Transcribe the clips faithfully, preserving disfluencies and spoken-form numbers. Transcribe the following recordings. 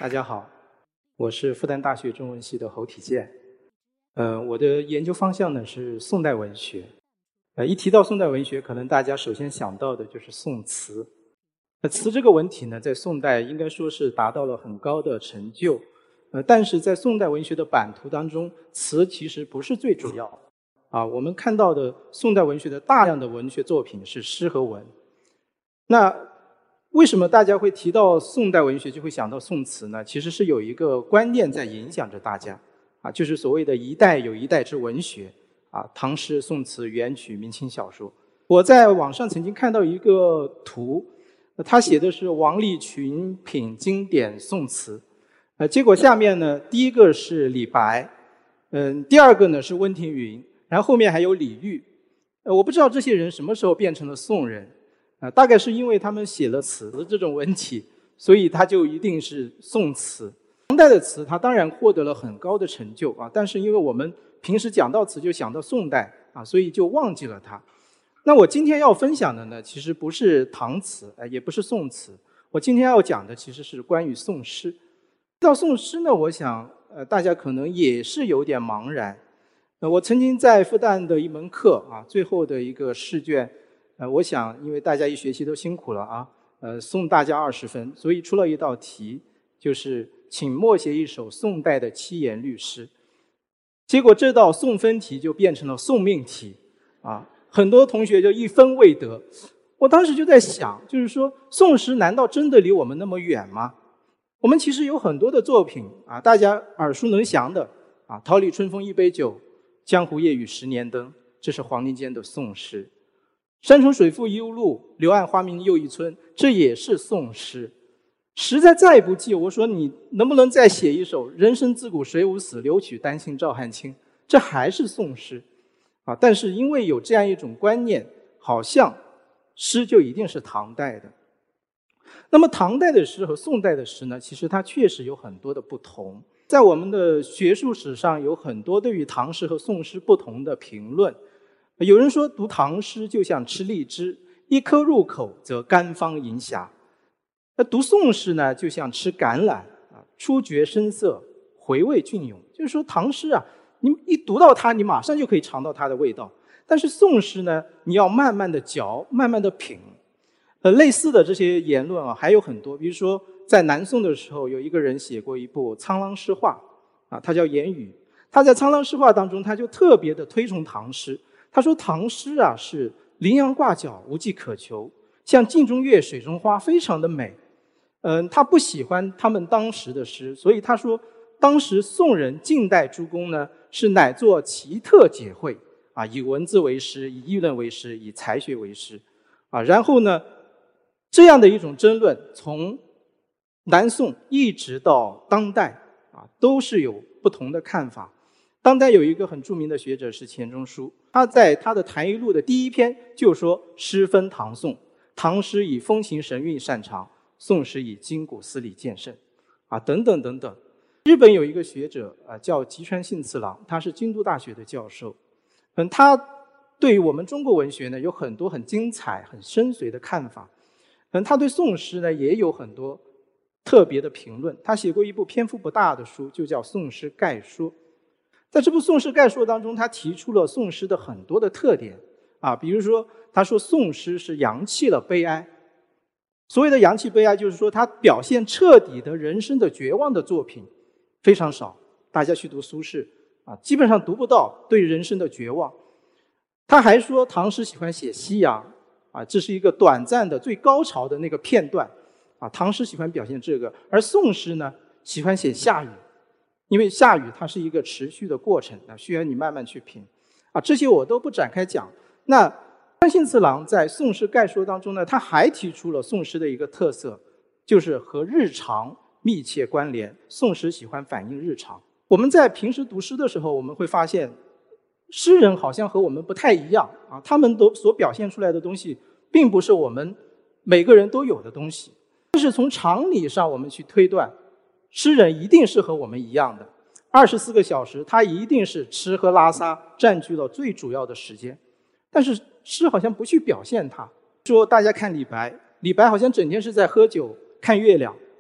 大家好，我是复旦大学中文系的侯体健。呃，我的研究方向呢是宋代文学。呃，一提到宋代文学，可能大家首先想到的就是宋词。那词这个文体呢，在宋代应该说是达到了很高的成就。呃，但是在宋代文学的版图当中，词其实不是最主要。啊，我们看到的宋代文学的大量的文学作品是诗和文。那为什么大家会提到宋代文学就会想到宋词呢？其实是有一个观念在影响着大家，啊，就是所谓的一代有一代之文学，啊，唐诗、宋词、元曲、明清小说。我在网上曾经看到一个图，他写的是王立群品经典宋词，呃，结果下面呢，第一个是李白，嗯，第二个呢是温庭筠，然后后面还有李煜，呃，我不知道这些人什么时候变成了宋人。啊，大概是因为他们写了词的这种文体，所以它就一定是宋词。唐代的词，它当然获得了很高的成就啊，但是因为我们平时讲到词就想到宋代啊，所以就忘记了它。那我今天要分享的呢，其实不是唐词，呃，也不是宋词。我今天要讲的其实是关于宋诗。到宋诗呢，我想，呃，大家可能也是有点茫然。呃，我曾经在复旦的一门课啊，最后的一个试卷。呃，我想，因为大家一学期都辛苦了啊，呃，送大家二十分，所以出了一道题，就是请默写一首宋代的七言律诗。结果这道送分题就变成了送命题，啊，很多同学就一分未得。我当时就在想，就是说，宋诗难道真的离我们那么远吗？我们其实有很多的作品啊，大家耳熟能详的啊，“桃李春风一杯酒，江湖夜雨十年灯”，这是黄庭坚的宋诗。山重水复疑无路，柳暗花明又一村，这也是宋诗。实在再不济，我说你能不能再写一首“人生自古谁无死，留取丹心照汗青”，这还是宋诗啊。但是因为有这样一种观念，好像诗就一定是唐代的。那么唐代的诗和宋代的诗呢，其实它确实有很多的不同。在我们的学术史上，有很多对于唐诗和宋诗不同的评论。有人说读唐诗就像吃荔枝，一颗入口则甘芳盈遐；那读宋诗呢，就像吃橄榄啊，初觉深涩，回味隽永。就是说唐诗啊，你一读到它，你马上就可以尝到它的味道。但是宋诗呢，你要慢慢的嚼，慢慢的品。呃，类似的这些言论啊，还有很多。比如说，在南宋的时候，有一个人写过一部《沧浪诗话》啊，他叫严语。他在《沧浪诗话》当中，他就特别的推崇唐诗。他说唐诗啊是羚羊挂角，无迹可求，像镜中月，水中花，非常的美。嗯，他不喜欢他们当时的诗，所以他说当时宋人近代诸公呢是乃作奇特解会啊，以文字为诗，以议论为诗，以才学为诗啊。然后呢，这样的一种争论从南宋一直到当代啊，都是有不同的看法。当代有一个很著名的学者是钱钟书，他在他的《谈艺录》的第一篇就说诗分唐宋，唐诗以风情神韵擅长，宋诗以筋骨思理见胜，啊，等等等等。日本有一个学者啊，叫吉川幸次郎，他是京都大学的教授。嗯，他对于我们中国文学呢有很多很精彩、很深邃的看法。嗯，他对宋诗呢也有很多特别的评论。他写过一部篇幅不大的书，就叫《宋诗概说》。在这部《宋诗概说》当中，他提出了宋诗的很多的特点啊，比如说，他说宋诗是扬弃了悲哀。所谓的扬弃悲哀，就是说它表现彻底的人生的绝望的作品非常少。大家去读苏轼啊，基本上读不到对人生的绝望。他还说唐诗喜欢写夕阳啊，这是一个短暂的最高潮的那个片段啊，唐诗喜欢表现这个，而宋诗呢喜欢写下雨。因为下雨它是一个持续的过程啊，需要你慢慢去品啊，这些我都不展开讲。那川幸次郎在《宋诗概说》当中呢，他还提出了宋诗的一个特色，就是和日常密切关联。宋诗喜欢反映日常。我们在平时读诗的时候，我们会发现，诗人好像和我们不太一样啊，他们都所表现出来的东西，并不是我们每个人都有的东西。但是从常理上，我们去推断。诗人一定是和我们一样的，二十四个小时，他一定是吃喝拉撒占据了最主要的时间。但是诗好像不去表现它。说大家看李白，李白好像整天是在喝酒、看月亮，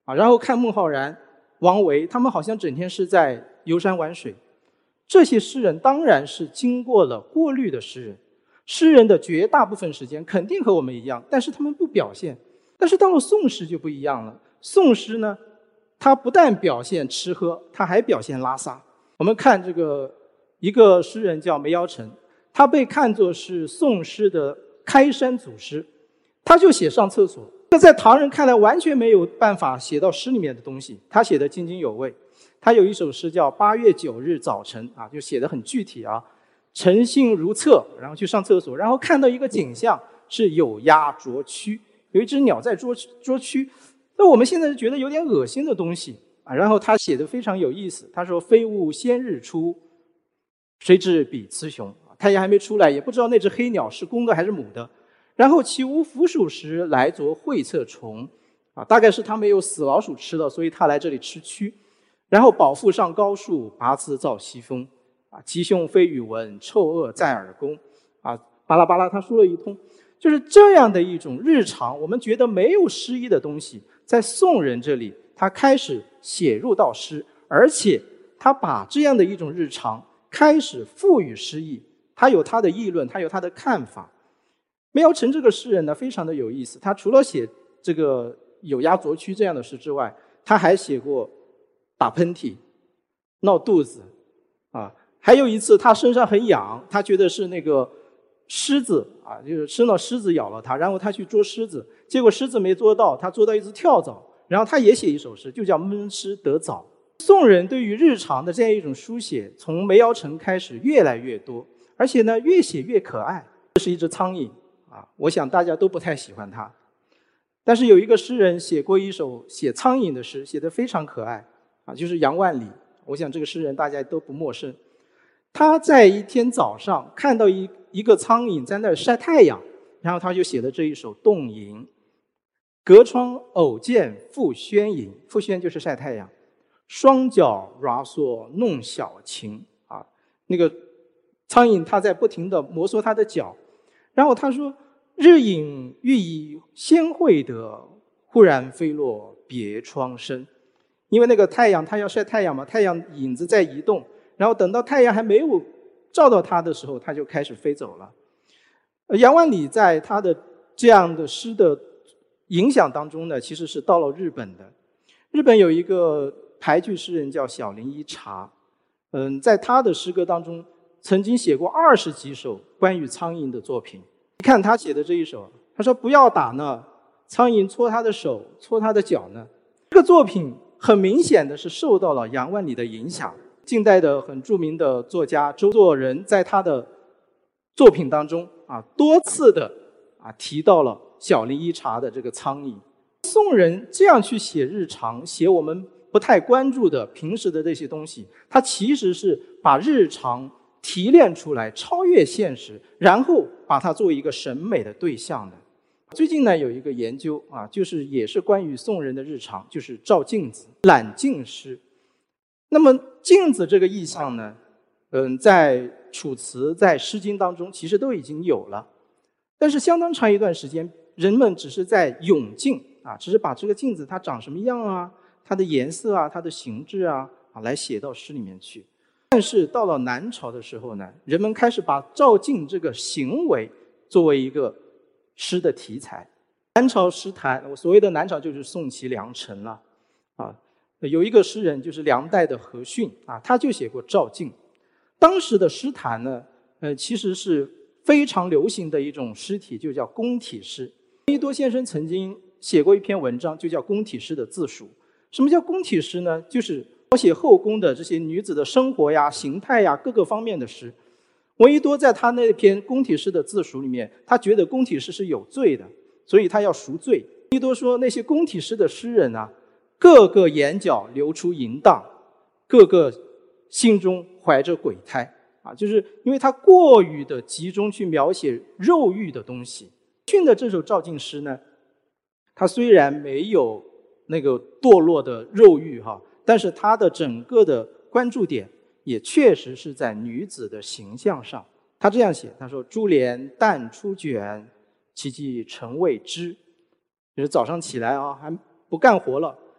啊，然后看孟浩然、王维，他们好像整天是在游山玩水。这些诗人当然是经过了过滤的诗人，诗人的绝大部分时间肯定和我们一样，但是他们不表现。但是到了宋诗就不一样了，宋诗呢，它不但表现吃喝，它还表现拉撒。我们看这个一个诗人叫梅尧臣，他被看作是宋诗的开山祖师，他就写上厕所。这在唐人看来完全没有办法写到诗里面的东西，他写的津津有味。他有一首诗叫八月九日早晨啊，就写得很具体啊，晨兴如厕，然后去上厕所，然后看到一个景象是有鸦啄蛐，有一只鸟在捉捉蛐。那我们现在觉得有点恶心的东西啊，然后他写的非常有意思，他说飞悟先日出，谁知彼雌雄，太阳还没出来，也不知道那只黑鸟是公的还是母的。然后其无腐鼠时，来着会厕虫，啊，大概是他没有死老鼠吃了，所以他来这里吃蛆。然后饱腹上高树，拔刺造西风，啊，吉凶非与闻，臭恶在耳宫，啊，巴拉巴拉，他说了一通，就是这样的一种日常，我们觉得没有诗意的东西，在宋人这里，他开始写入到诗，而且他把这样的一种日常开始赋予诗意，他有他的议论，他有他的看法。梅尧臣这个诗人呢，非常的有意思，他除了写这个有鸦啄蛐这样的诗之外，他还写过打喷嚏、闹肚子，啊，还有一次他身上很痒，他觉得是那个狮子啊，就是生了狮子咬了他，然后他去捉狮子，结果狮子没捉到，他捉到一只跳蚤，然后他也写一首诗，就叫闷狮得枣。宋人对于日常的这样一种书写，从梅尧臣开始越来越多，而且呢越写越可爱。这是一只苍蝇啊，我想大家都不太喜欢它，但是有一个诗人写过一首写苍蝇的诗，写得非常可爱啊，就是杨万里。我想这个诗人大家都不陌生。他在一天早上看到一一个苍蝇在那儿晒太阳，然后他就写了这一首《洞吟》：隔窗偶见复轩影，复轩就是晒太阳。双脚软索弄小情啊，那个苍蝇它在不停地摩挲它的脚，然后他说：日影欲以先会得，忽然飞落别窗深。因为那个太阳它要晒太阳嘛，太阳影子在移动，然后等到太阳还没有照到它的时候，它就开始飞走了。杨万里在他的这样的诗的影响当中呢，其实是到了日本的。日本有一个俳句诗人叫小林一茶，嗯，在他的诗歌当中曾经写过二十几首关于苍蝇的作品。你看他写的这一首，他说不要打呢，苍蝇搓他的手，搓他的脚呢。这个作品很明显的是受到了杨万里的影响。近代的很著名的作家周作人在他的作品当中啊，多次的啊提到了小林一茶的这个苍蝇。宋人这样去写日常，写我们不太关注的平时的这些东西，他其实是把日常提炼出来，超越现实，然后把它作为一个审美的对象的。最近呢，有一个研究啊，就是也是关于宋人的日常，就是照镜子、揽镜诗。那么镜子这个意象呢，嗯，在楚辞、在诗经当中其实都已经有了，但是相当长一段时间，人们只是在咏镜啊，只是把这个镜子它长什么样啊，它的颜色啊，它的形制啊，啊来写到诗里面去。但是到了南朝的时候呢，人们开始把照镜这个行为作为一个诗的题材。南朝诗坛，我所谓的南朝就是宋齐梁陈了啊。有一个诗人就是梁代的何逊啊，他就写过照镜。当时的诗坛呢，呃，其实是非常流行的一种诗体，就叫宫体诗。闻一多先生曾经写过一篇文章，就叫《宫体诗的自述》。什么叫宫体诗呢？就是描写后宫的这些女子的生活呀、形态呀各个方面的诗。闻一多在他那篇宫体诗的自述里面，他觉得宫体诗是有罪的，所以他要赎罪。闻一多说，那些宫体诗的诗人啊，个个眼角流出淫荡，个个心中怀着鬼胎啊，就是因为他过于的集中去描写肉欲的东西。逊的这首照镜诗呢，他虽然没有那个堕落的肉欲哈，但是他的整个的关注点也确实是在女子的形象上。他这样写，他说：珠帘淡初卷，其际晨未知。就是早上起来啊，还不干活了，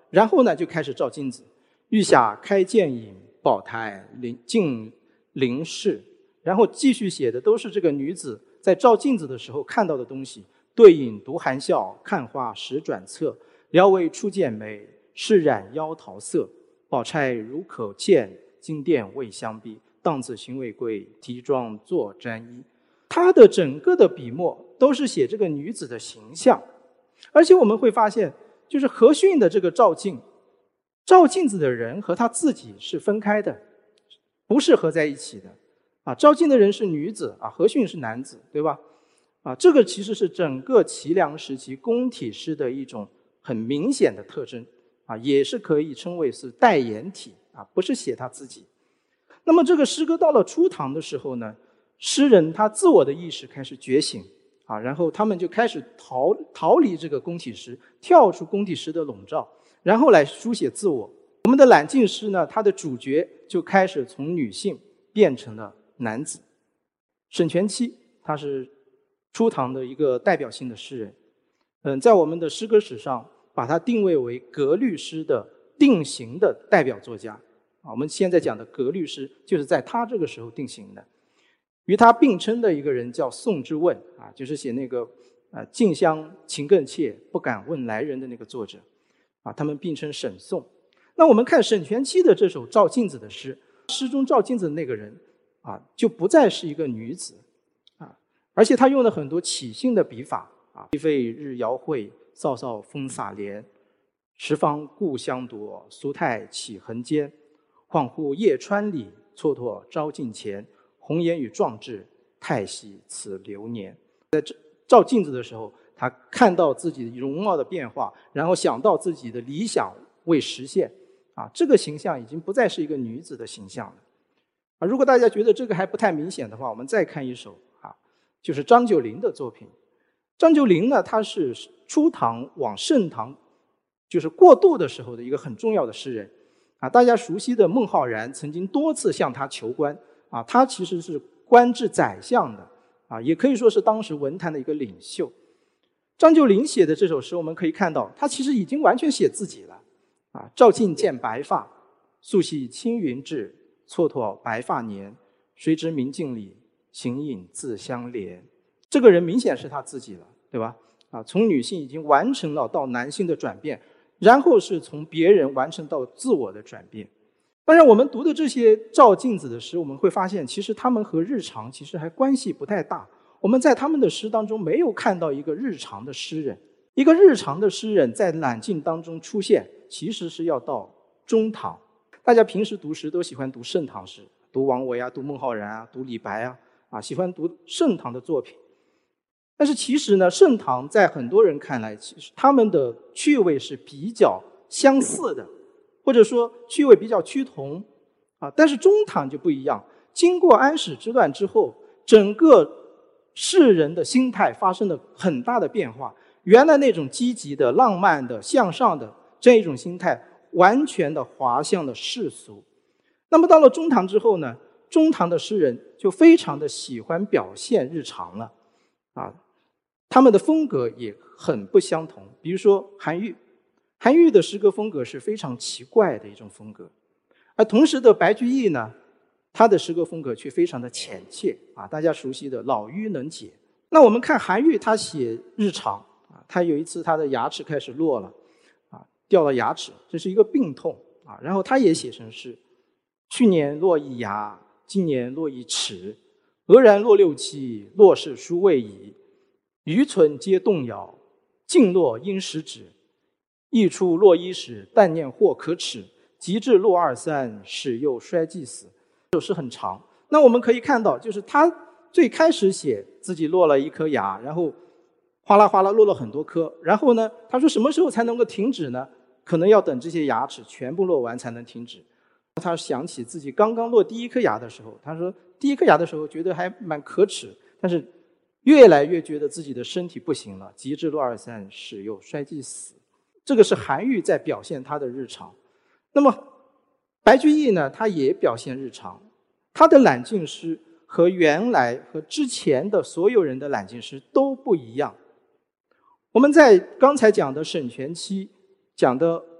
然后呢就开始照镜子，玉下开剑影，宝台临镜临视，然后继续写的都是这个女子在照镜子的时候看到的东西。对影独含笑，看花时转侧，聊为初见美，试染妖桃色。宝钗如可见，金殿未相逼。荡子行为贵，提妆作沾衣。他的整个的笔墨都是写这个女子的形象，而且我们会发现，就是和逊的这个照镜，照镜子的人和他自己是分开的，不是合在一起的。啊，照镜的人是女子，啊，和逊是男子，对吧？啊，这个其实是整个齐梁时期宫体诗的一种很明显的特征，啊，也是可以称为是代言体，啊，不是写他自己。那么这个诗歌到了初唐的时候呢，诗人他自我的意识开始觉醒，啊，然后他们就开始逃逃离这个宫体诗，跳出宫体诗的笼罩，然后来书写自我。我们的揽镜诗呢，它的主角就开始从女性变成了男子。沈佺期他是初唐的一个代表性的诗人，嗯，在我们的诗歌史上，把他定位为格律诗的定型的代表作家。啊，我们现在讲的格律诗就是在他这个时候定型的。与他并称的一个人叫宋之问，啊，就是写那个呃近乡情更怯，不敢问来人的那个作者，啊，他们并称沈宋。那我们看沈佺期的这首照镜子的诗，诗中照镜子的那个人，啊，就不再是一个女子，啊，而且他用了很多起兴的笔法，啊，飞飞日遥会，扫扫风洒帘，十方故乡夺，苏太起横间。恍惚夜川里，蹉跎朝镜前。红颜与壮志，太惜此流年。在照镜子的时候，他看到自己容貌的变化，然后想到自己的理想未实现，啊，这个形象已经不再是一个女子的形象了。啊，如果大家觉得这个还不太明显的话，我们再看一首啊，就是张九龄的作品。张九龄呢，他是初唐往盛唐就是过渡的时候的一个很重要的诗人。啊，大家熟悉的孟浩然曾经多次向他求官，啊，他其实是官至宰相的，啊，也可以说是当时文坛的一个领袖。张九龄写的这首诗，我们可以看到，他其实已经完全写自己了。啊，照镜见白发，素系青云雉，蹉跎白发年。谁知明镜里，形影自相连。这个人明显是他自己了，对吧？啊，从女性已经完成了到男性的转变。然后是从别人完成到自我的转变。当然我们读的这些照镜子的诗，我们会发现其实他们和日常其实还关系不太大。我们在他们的诗当中没有看到一个日常的诗人，一个日常的诗人在揽镜当中出现，其实是要到中唐。大家平时读诗都喜欢读盛唐诗，读王维啊，读孟浩然啊，读李白啊，啊，喜欢读盛唐的作品。但是其实呢，盛唐在很多人看来，其实他们的趣味是比较相似的，或者说趣味比较趋同，啊，但是中唐就不一样。经过安史之乱之后，整个世人的心态发生了很大的变化。原来那种积极的、浪漫的、向上的这一种心态，完全的滑向了世俗。那么到了中唐之后呢，中唐的诗人就非常的喜欢表现日常了，啊。他们的风格也很不相同。比如说韩愈，韩愈的诗歌风格是非常奇怪的一种风格，而同时的白居易呢，他的诗歌风格却非常的浅切，啊，大家熟悉的老妪能解。那我们看韩愈，他写日常，啊，他有一次他的牙齿开始落了，啊，掉了牙齿，这是一个病痛，啊，然后他也写成诗：去年落一牙，今年落一齿，俄然落六七，落是殊未已。余存皆动摇，尽落应时止。溢出落一时，但念或可耻。及至落二三，始又衰既死。这首诗很长。那我们可以看到，就是他最开始写自己落了一颗牙，然后哗啦哗啦落了很多颗。然后呢，他说什么时候才能够停止呢？可能要等这些牙齿全部落完才能停止。他想起自己刚刚落第一颗牙的时候，他说第一颗牙的时候觉得还蛮可耻，但是越来越觉得自己的身体不行了，及至落二三，始又衰既死。这个是韩愈在表现他的日常。那么白居易呢，他也表现日常。他的揽镜诗和原来和之前的所有人的揽镜诗都不一样。我们在刚才讲的沈佺期，讲的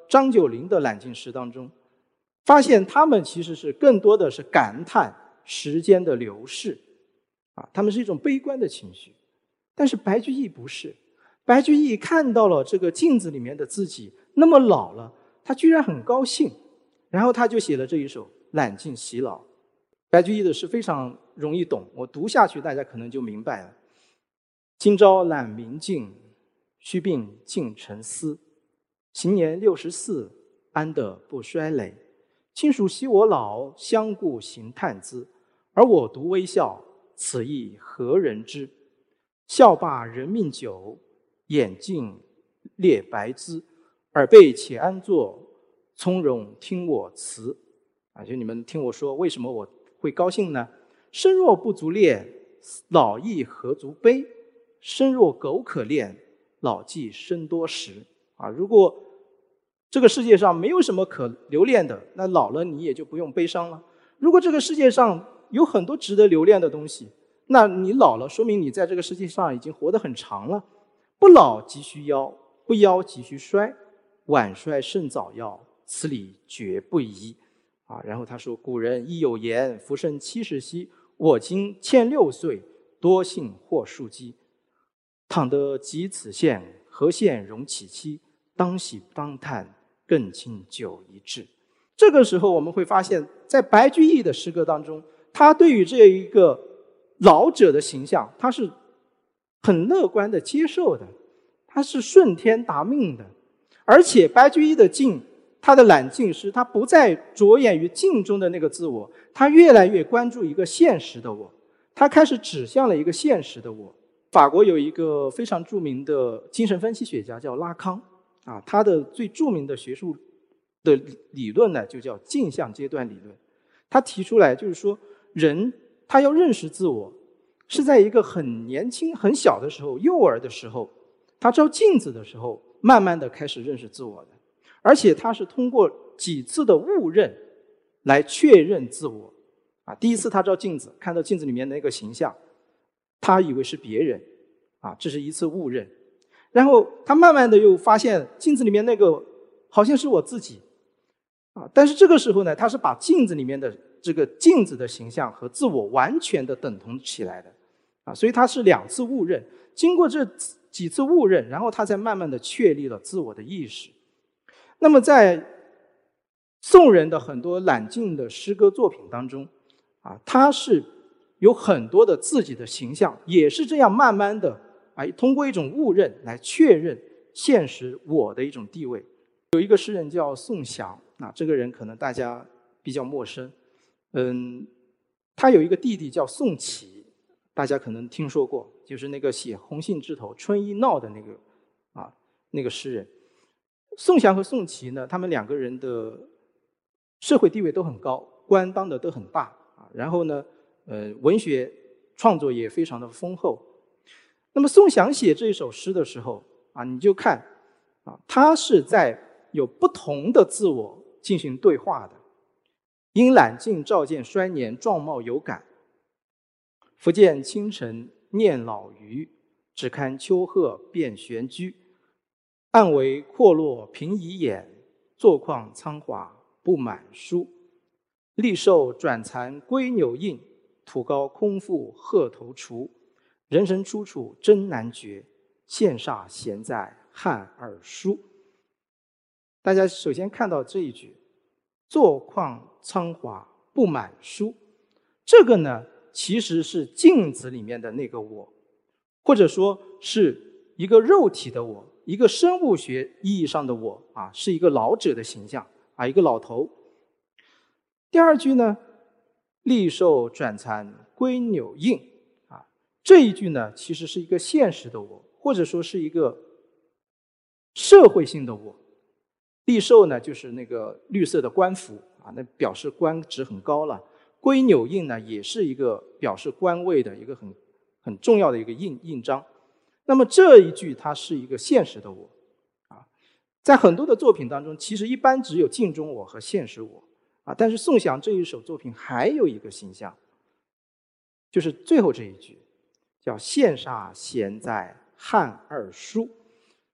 张九龄的揽镜诗当中，发现他们其实是更多的是感叹时间的流逝，啊，他们是一种悲观的情绪。但是白居易不是，白居易看到了这个镜子里面的自己那么老了，他居然很高兴，然后他就写了这一首《揽镜习老》。白居易的诗非常容易懂，我读下去大家可能就明白了。今朝揽明镜，须鬓净成丝。行年六十四，安得不衰累？亲属惜我老，相顾行叹姿。而我独微笑，此意何人知？笑罢人命久，眼镜裂白姿。尔辈且安坐，从容听我词。啊，就你们听我说，为什么我会高兴呢？生若不足恋，老亦何足悲？生若苟可恋，老计生多时。啊，如果这个世界上没有什么可留恋的，那老了你也就不用悲伤了。如果这个世界上有很多值得留恋的东西，那你老了，说明你在这个世界上已经活得很长了。不老即须夭，不夭即须衰。晚衰甚早夭，此理绝不移。啊，然后他说：“古人亦有言，夫生七十兮，我今千六岁，多幸或数鸡。倘得及此县，何县容其妻？当喜当叹，更亲久一至。”这个时候我们会发现，在白居易的诗歌当中，他对于这一个老者的形象，他是很乐观的接受的，他是顺天达命的。而且白居易的镜，他的揽镜诗，他不再着眼于镜中的那个自我，他越来越关注一个现实的我，他开始指向了一个现实的我。法国有一个非常著名的精神分析学家叫拉康，啊，他的最著名的学术的理论呢，就叫镜像阶段理论。他提出来就是说，人他要认识自我，是在一个很年轻、很小的时候，幼儿的时候，他照镜子的时候，慢慢的开始认识自我的。而且他是通过几次的误认来确认自我。啊，第一次他照镜子，看到镜子里面那个形象，他以为是别人，啊，这是一次误认。然后他慢慢的又发现镜子里面那个好像是我自己，啊，但是这个时候呢，他是把镜子里面的这个镜子的形象和自我完全的等同起来的，啊，所以他是两次误认。经过这几次误认，然后他才慢慢的确立了自我的意识。那么在宋人的很多揽镜的诗歌作品当中，啊，他是有很多的自己的形象，也是这样慢慢的啊，通过一种误认来确认现实我的一种地位。有一个诗人叫宋祥，啊，这个人可能大家比较陌生，嗯，他有一个弟弟叫宋祁，大家可能听说过，就是那个写《红杏枝头春意闹》的那个啊那个诗人。宋祥和宋祁呢，他们两个人的社会地位都很高，官当的都很大啊。然后呢，呃，文学创作也非常的丰厚。那么宋祥写这一首诗的时候啊，你就看啊，他是在有不同的自我进行对话的。因揽镜照见衰年，状貌有感。复见清晨念老余，只看秋鹤变玄居。暗为阔落平遗眼，坐旷苍华不满书。力受转残归纽印，土高空负鹤头雏。人生处处真难觉，羡煞闲在汉二书。大家首先看到这一句，坐旷苍华不满书，这个呢，其实是镜子里面的那个我，或者说是一个肉体的我，一个生物学意义上的我啊，是一个老者的形象啊，一个老头。第二句呢，力受转残归纽印啊，这一句呢，其实是一个现实的我，或者说是一个社会性的我。力受呢，就是那个绿色的官服啊，那表示官职很高了。归纽印呢，也是一个表示官位的一个很很重要的一个印印章。那么这一句它是一个现实的我啊，在很多的作品当中，其实一般只有镜中我和现实我啊，但是宋祥这一首作品还有一个形象，就是最后这一句，叫羡煞闲在汉二书。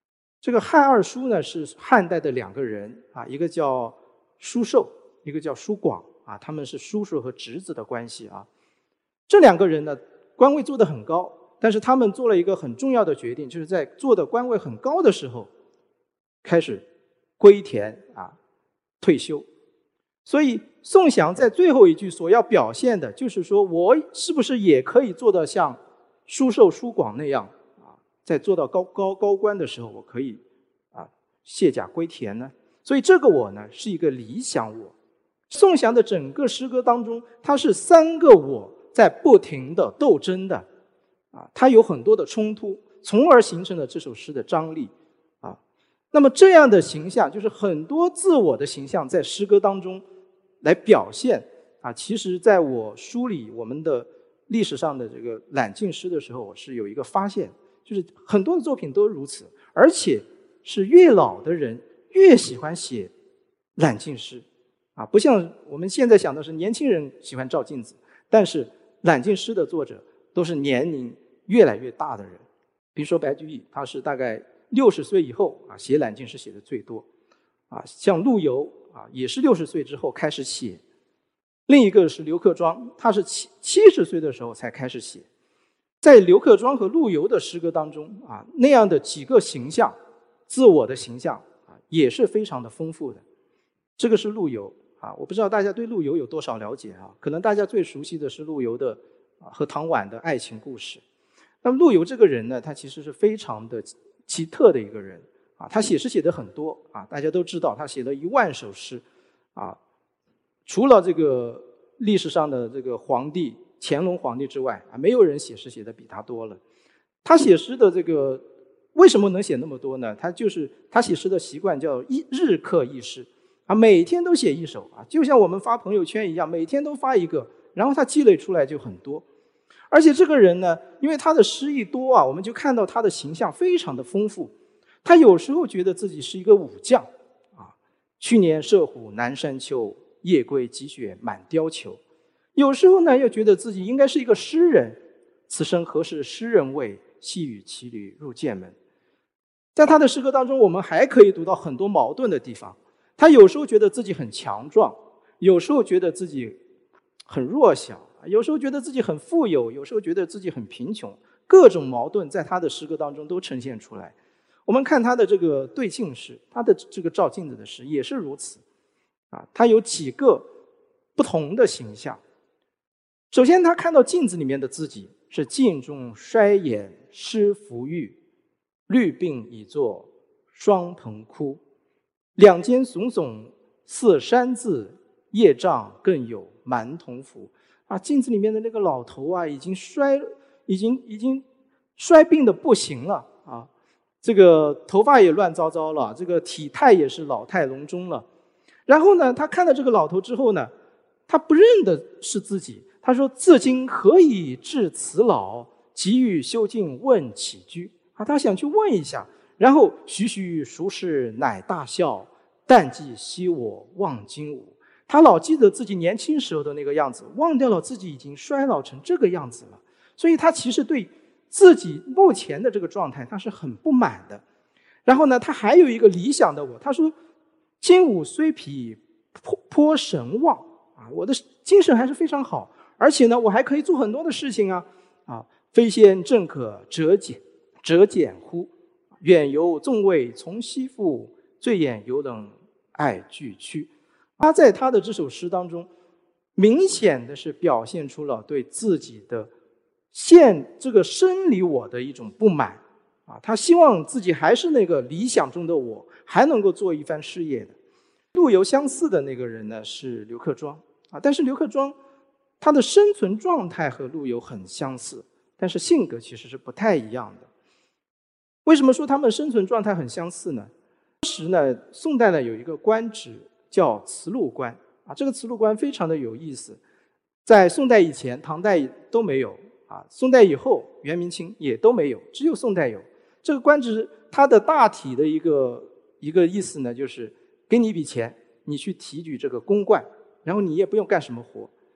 这个汉二叔呢是汉代的两个人啊，一个叫叔寿，一个叫叔广啊，他们是叔叔和侄子的关系啊。这两个人呢官位做得很高，但是他们做了一个很重要的决定，就是在做的官位很高的时候开始归田啊退休。所以宋祥在最后一句所要表现的就是说，我是不是也可以做到像叔寿叔广那样啊，在做到高高高官的时候，我可以啊卸甲归田呢？所以这个我呢是一个理想我。宋祥的整个诗歌当中，它是三个我在不停的斗争的啊，它有很多的冲突，从而形成了这首诗的张力啊。那么这样的形象，就是很多自我的形象在诗歌当中来表现啊。其实在我梳理我们的历史上的这个揽镜诗的时候，我是有一个发现，就是很多的作品都如此，而且是越老的人越喜欢写揽镜诗啊，不像我们现在想的是年轻人喜欢照镜子，但是揽镜诗的作者都是年龄越来越大的人。比如说白居易，他是大概六十岁以后啊写揽镜诗写的最多啊，像陆游啊也是六十岁之后开始写。另一个是刘克庄，他是七七十岁的时候才开始写。在刘克庄和陆游的诗歌当中啊，那样的几个形象，自我的形象啊，也是非常的丰富的。这个是陆游啊，我不知道大家对陆游有多少了解啊？可能大家最熟悉的是陆游的啊和唐婉的爱情故事。那么陆游这个人呢，他其实是非常的奇特的一个人啊，他写诗写的很多啊，大家都知道他写了一万首诗啊。除了这个历史上的这个皇帝乾隆皇帝之外啊，没有人写诗写的比他多了。他写诗的这个为什么能写那么多呢？他就是他写诗的习惯叫一日刻一诗啊，每天都写一首啊，就像我们发朋友圈一样，每天都发一个，然后他积累出来就很多。而且这个人呢，因为他的诗意多啊，我们就看到他的形象非常的丰富。他有时候觉得自己是一个武将啊，去年射虎南山秋，夜归积雪满貂裘。有时候呢，又觉得自己应该是一个诗人，此生何事诗人味，细雨骑驴入剑门。在他的诗歌当中，我们还可以读到很多矛盾的地方。他有时候觉得自己很强壮，有时候觉得自己很弱小，有时候觉得自己很富有，有时候觉得自己很贫穷，各种矛盾在他的诗歌当中都呈现出来。我们看他的这个对镜诗，他的这个照镜子的诗也是如此啊，他有几个不同的形象。首先他看到镜子里面的自己是镜中衰眼失芙玉，绿鬓已作双蓬枯，两肩耸耸似山字，叶障更有蛮童服。啊，镜子里面的那个老头啊，已经衰，已经已经衰病的不行了啊，这个头发也乱糟糟了，这个体态也是老态龙钟了。然后呢，他看到这个老头之后呢，他不认得是自己。他说：“自今何以至此老？急欲修镜问起居。”啊，他想去问一下。然后徐徐孰是乃大笑，但记昔我望京舞。他老记得自己年轻时候的那个样子，忘掉了自己已经衰老成这个样子了。所以他其实对自己目前的这个状态他是很不满的。然后呢，他还有一个理想的我，他说：“今吾虽疲，颇颇神旺啊，我的精神还是非常好，而且呢，我还可以做很多的事情啊啊！非先正可折简折简乎？远游纵味从西赋，醉眼犹能爱俱趋。”他在他的这首诗当中，明显的是表现出了对自己的现这个生理我的一种不满啊，他希望自己还是那个理想中的我，还能够做一番事业的。陆游相似的那个人呢是刘克庄啊，但是刘克庄他的生存状态和陆游很相似，但是性格其实是不太一样的。为什么说他们生存状态很相似呢？当时呢，宋代呢有一个官职叫慈禄官啊，这个慈禄官非常的有意思，在宋代以前、唐代都没有啊，宋代以后、元明清也都没有，只有宋代有。这个官职它的大体的一个一个意思呢，就是给你一笔钱，你去提举这个公冠，然后你也不用干什么活。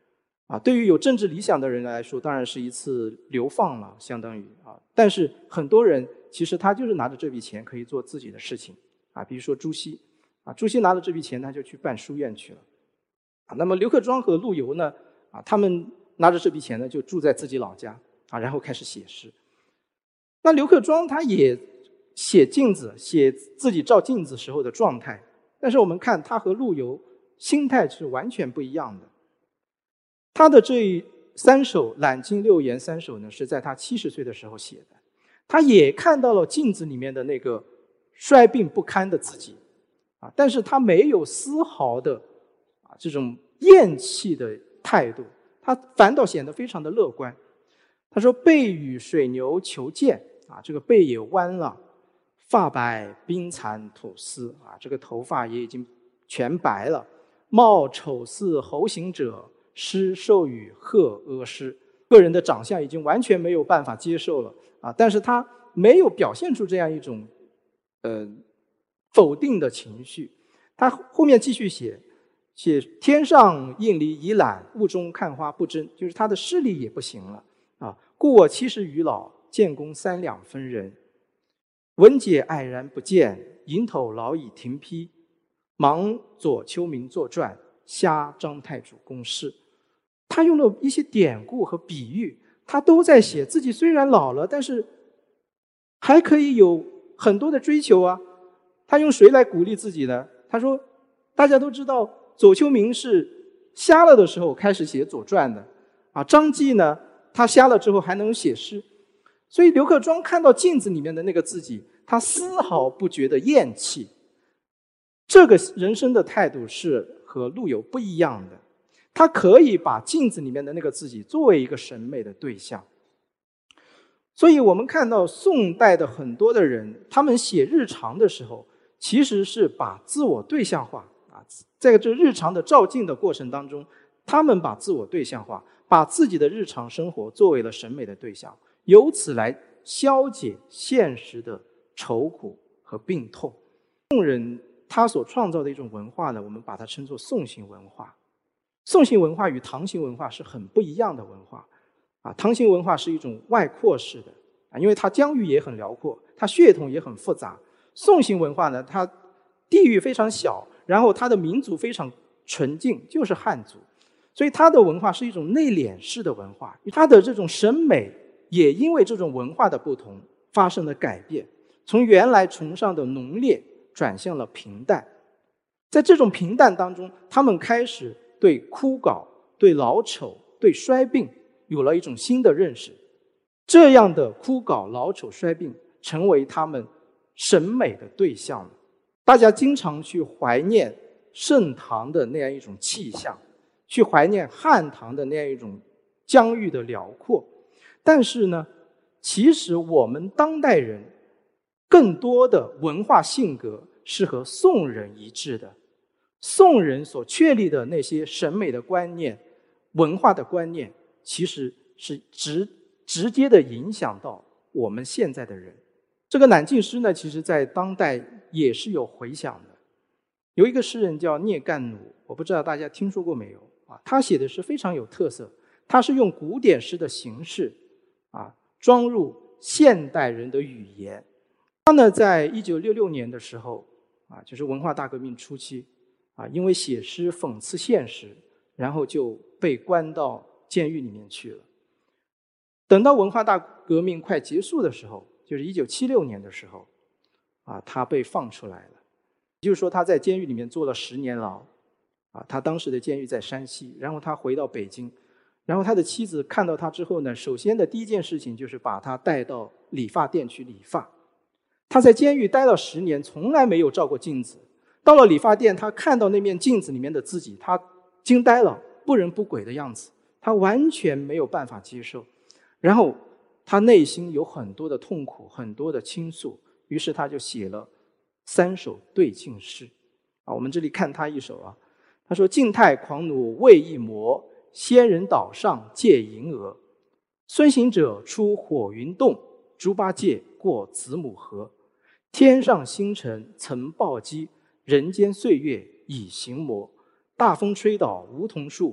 啊，对于有政治理想的人来说，当然是一次流放了，相当于啊。但是很多人其实他就是拿着这笔钱可以做自己的事情啊，比如说朱熹啊，朱熹拿着这笔钱他就去办书院去了啊。那么刘克庄和陆游呢啊，他们拿着这笔钱呢就住在自己老家啊，然后开始写诗。那刘克庄他也写镜子，写自己照镜子时候的状态，但是我们看他和陆游心态是完全不一样的。他的这三首《揽镜六言》三首呢，是在他七十岁的时候写的。他也看到了镜子里面的那个衰病不堪的自己，啊，但是他没有丝毫的啊这种厌弃的态度，他反倒显得非常的乐观。他说：“背与水牛求见啊，这个背也弯了，发白鬓残吐丝啊，这个头发也已经全白了。貌丑似猴行者。”诗授予贺阿诗，个人的长相已经完全没有办法接受了啊！但是他没有表现出这样一种呃否定的情绪。他后面继续写，写天上应离已懒，雾中看花不争，就是他的视力也不行了啊！故我七十余老，建功三两分人。文解黯然不见，蝇头老矣停批。忙左丘明作传，瞎张太祖公事。他用了一些典故和比喻，他都在写自己虽然老了，但是还可以有很多的追求啊。他用谁来鼓励自己呢？他说，大家都知道左丘明是瞎了的时候开始写《左传》的啊，张继呢，他瞎了之后还能写诗。所以刘克庄看到镜子里面的那个自己，他丝毫不觉得厌弃。这个人生的态度是和陆游不一样的。他可以把镜子里面的那个自己作为一个审美的对象。所以我们看到宋代的很多的人，他们写日常的时候，其实是把自我对象化啊，在这日常的照镜的过程当中，他们把自我对象化，把自己的日常生活作为了审美的对象，由此来消解现实的愁苦和病痛。宋人他所创造的一种文化呢，我们把它称作宋型文化。宋型文化与唐型文化是很不一样的文化啊，唐型文化是一种外扩式的啊，因为它疆域也很辽阔，它血统也很复杂。宋型文化呢，它地域非常小，然后它的民族非常纯净，就是汉族，所以它的文化是一种内敛式的文化，它的这种审美也因为这种文化的不同发生了改变，从原来崇尚的浓烈转向了平淡。在这种平淡当中，他们开始对枯槁、对老丑、对衰病有了一种新的认识，这样的枯槁、老丑、衰病成为他们审美的对象了。大家经常去怀念盛唐的那样一种气象，去怀念汉唐的那样一种疆域的辽阔，但是呢，其实我们当代人更多的文化性格是和宋人一致的。宋人所确立的那些审美的观念、文化的观念，其实是直直接的影响到我们现在的人。这个揽镜诗呢，其实在当代也是有回响的。有一个诗人叫聂干弩，我不知道大家听说过没有啊？他写的诗非常有特色，他是用古典诗的形式啊，装入现代人的语言。他呢，在一九六六年的时候啊，就是文化大革命初期啊，因为写诗讽刺现实，然后就被关到监狱里面去了。等到文化大革命快结束的时候，就是一九七六年的时候啊，他被放出来了。也就是说，他在监狱里面坐了十年牢啊，他当时的监狱在山西，然后他回到北京，然后他的妻子看到他之后呢，首先的第一件事情就是把他带到理发店去理发。他在监狱待了十年，从来没有照过镜子。到了理发店，他看到那面镜子里面的自己，他惊呆了，不人不鬼的样子，他完全没有办法接受。然后他内心有很多的痛苦，很多的倾诉，于是他就写了三首对镜诗啊。我们这里看他一首啊，他说：“晋太狂弩为一魔，仙人岛上借银蛾。孙行者出火云洞，猪八戒过子母河。天上星辰曾暴击，人间岁月已行魔。大风吹倒梧桐树，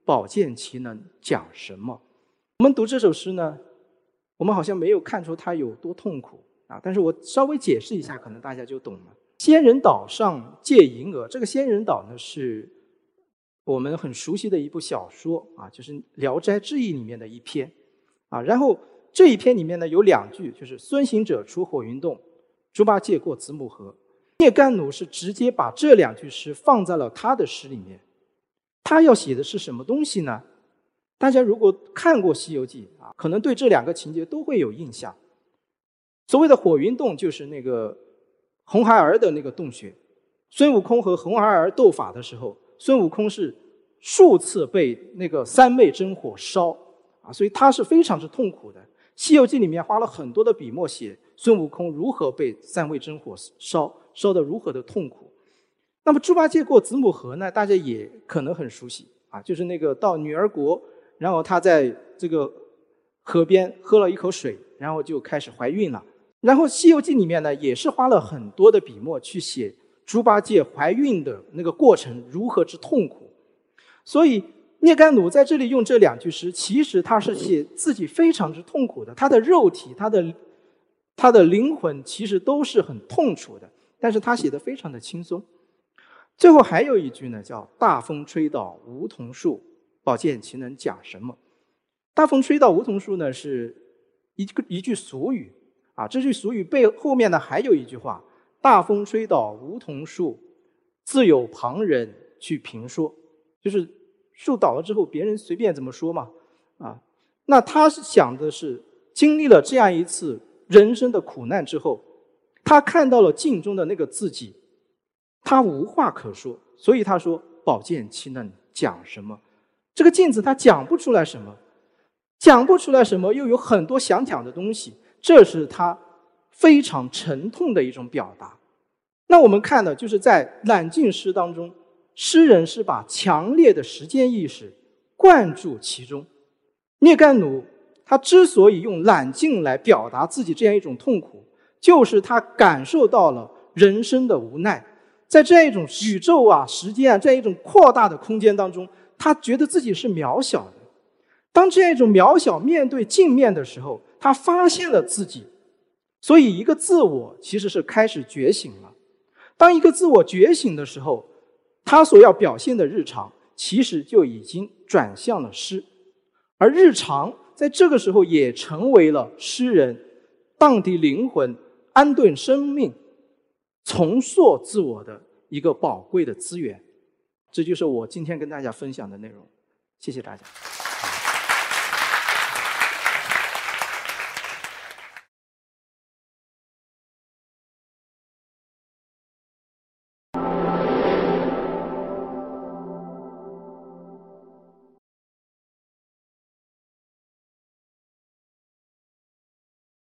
宝剑其能讲什么？我们读这首诗呢，我们好像没有看出它有多痛苦啊，但是我稍微解释一下，可能大家就懂了。仙人岛上借银娥，这个仙人岛呢是我们很熟悉的一部小说啊，就是《聊斋志异》里面的一篇啊。然后这一篇里面呢有两句，就是孙行者出火云洞，猪八戒过子母河。聂干弩是直接把这两句诗放在了他的诗里面。他要写的是什么东西呢？大家如果看过《西游记》啊，可能对这两个情节都会有印象。所谓的火云洞就是那个红孩儿的那个洞穴，孙悟空和红孩儿斗法的时候，孙悟空是数次被那个三昧真火烧啊，所以他是非常之痛苦的。《西游记》里面花了很多的笔墨写孙悟空如何被三昧真火烧，烧得如何的痛苦。那么猪八戒过子母河呢，大家也可能很熟悉啊，就是那个到女儿国，然后他在这个河边喝了一口水，然后就开始怀孕了。然后《西游记》里面呢，也是花了很多的笔墨去写猪八戒怀孕的那个过程如何之痛苦。所以聂干弩在这里用这两句诗，其实他是写自己非常之痛苦的，他的肉体、他的他的灵魂其实都是很痛楚的，但是他写的非常的轻松。最后还有一句呢，叫大风吹倒梧桐树，宝剑其能讲什么？大风吹倒梧桐树呢，是一个一句俗语啊。这句俗语背后面呢还有一句话：大风吹倒梧桐树，自有旁人去评说。就是树倒了之后，别人随便怎么说嘛啊。那他想的是，经历了这样一次人生的苦难之后，他看到了镜中的那个自己。他无话可说，所以他说宝剑其能讲什么？这个镜子他讲不出来什么，讲不出来什么，又有很多想讲的东西，这是他非常沉痛的一种表达。那我们看的就是在揽镜诗当中，诗人是把强烈的时间意识灌注其中。聂干弩他之所以用揽镜来表达自己这样一种痛苦，就是他感受到了人生的无奈。在这样一种宇宙啊、时间啊这样一种扩大的空间当中，他觉得自己是渺小的。当这样一种渺小面对镜面的时候，他发现了自己，所以一个自我其实是开始觉醒了。当一个自我觉醒的时候，他所要表现的日常其实就已经转向了诗，而日常在这个时候也成为了诗人荡涤灵魂、安顿生命、重塑自我的一个宝贵的资源。这就是我今天跟大家分享的内容，谢谢大家。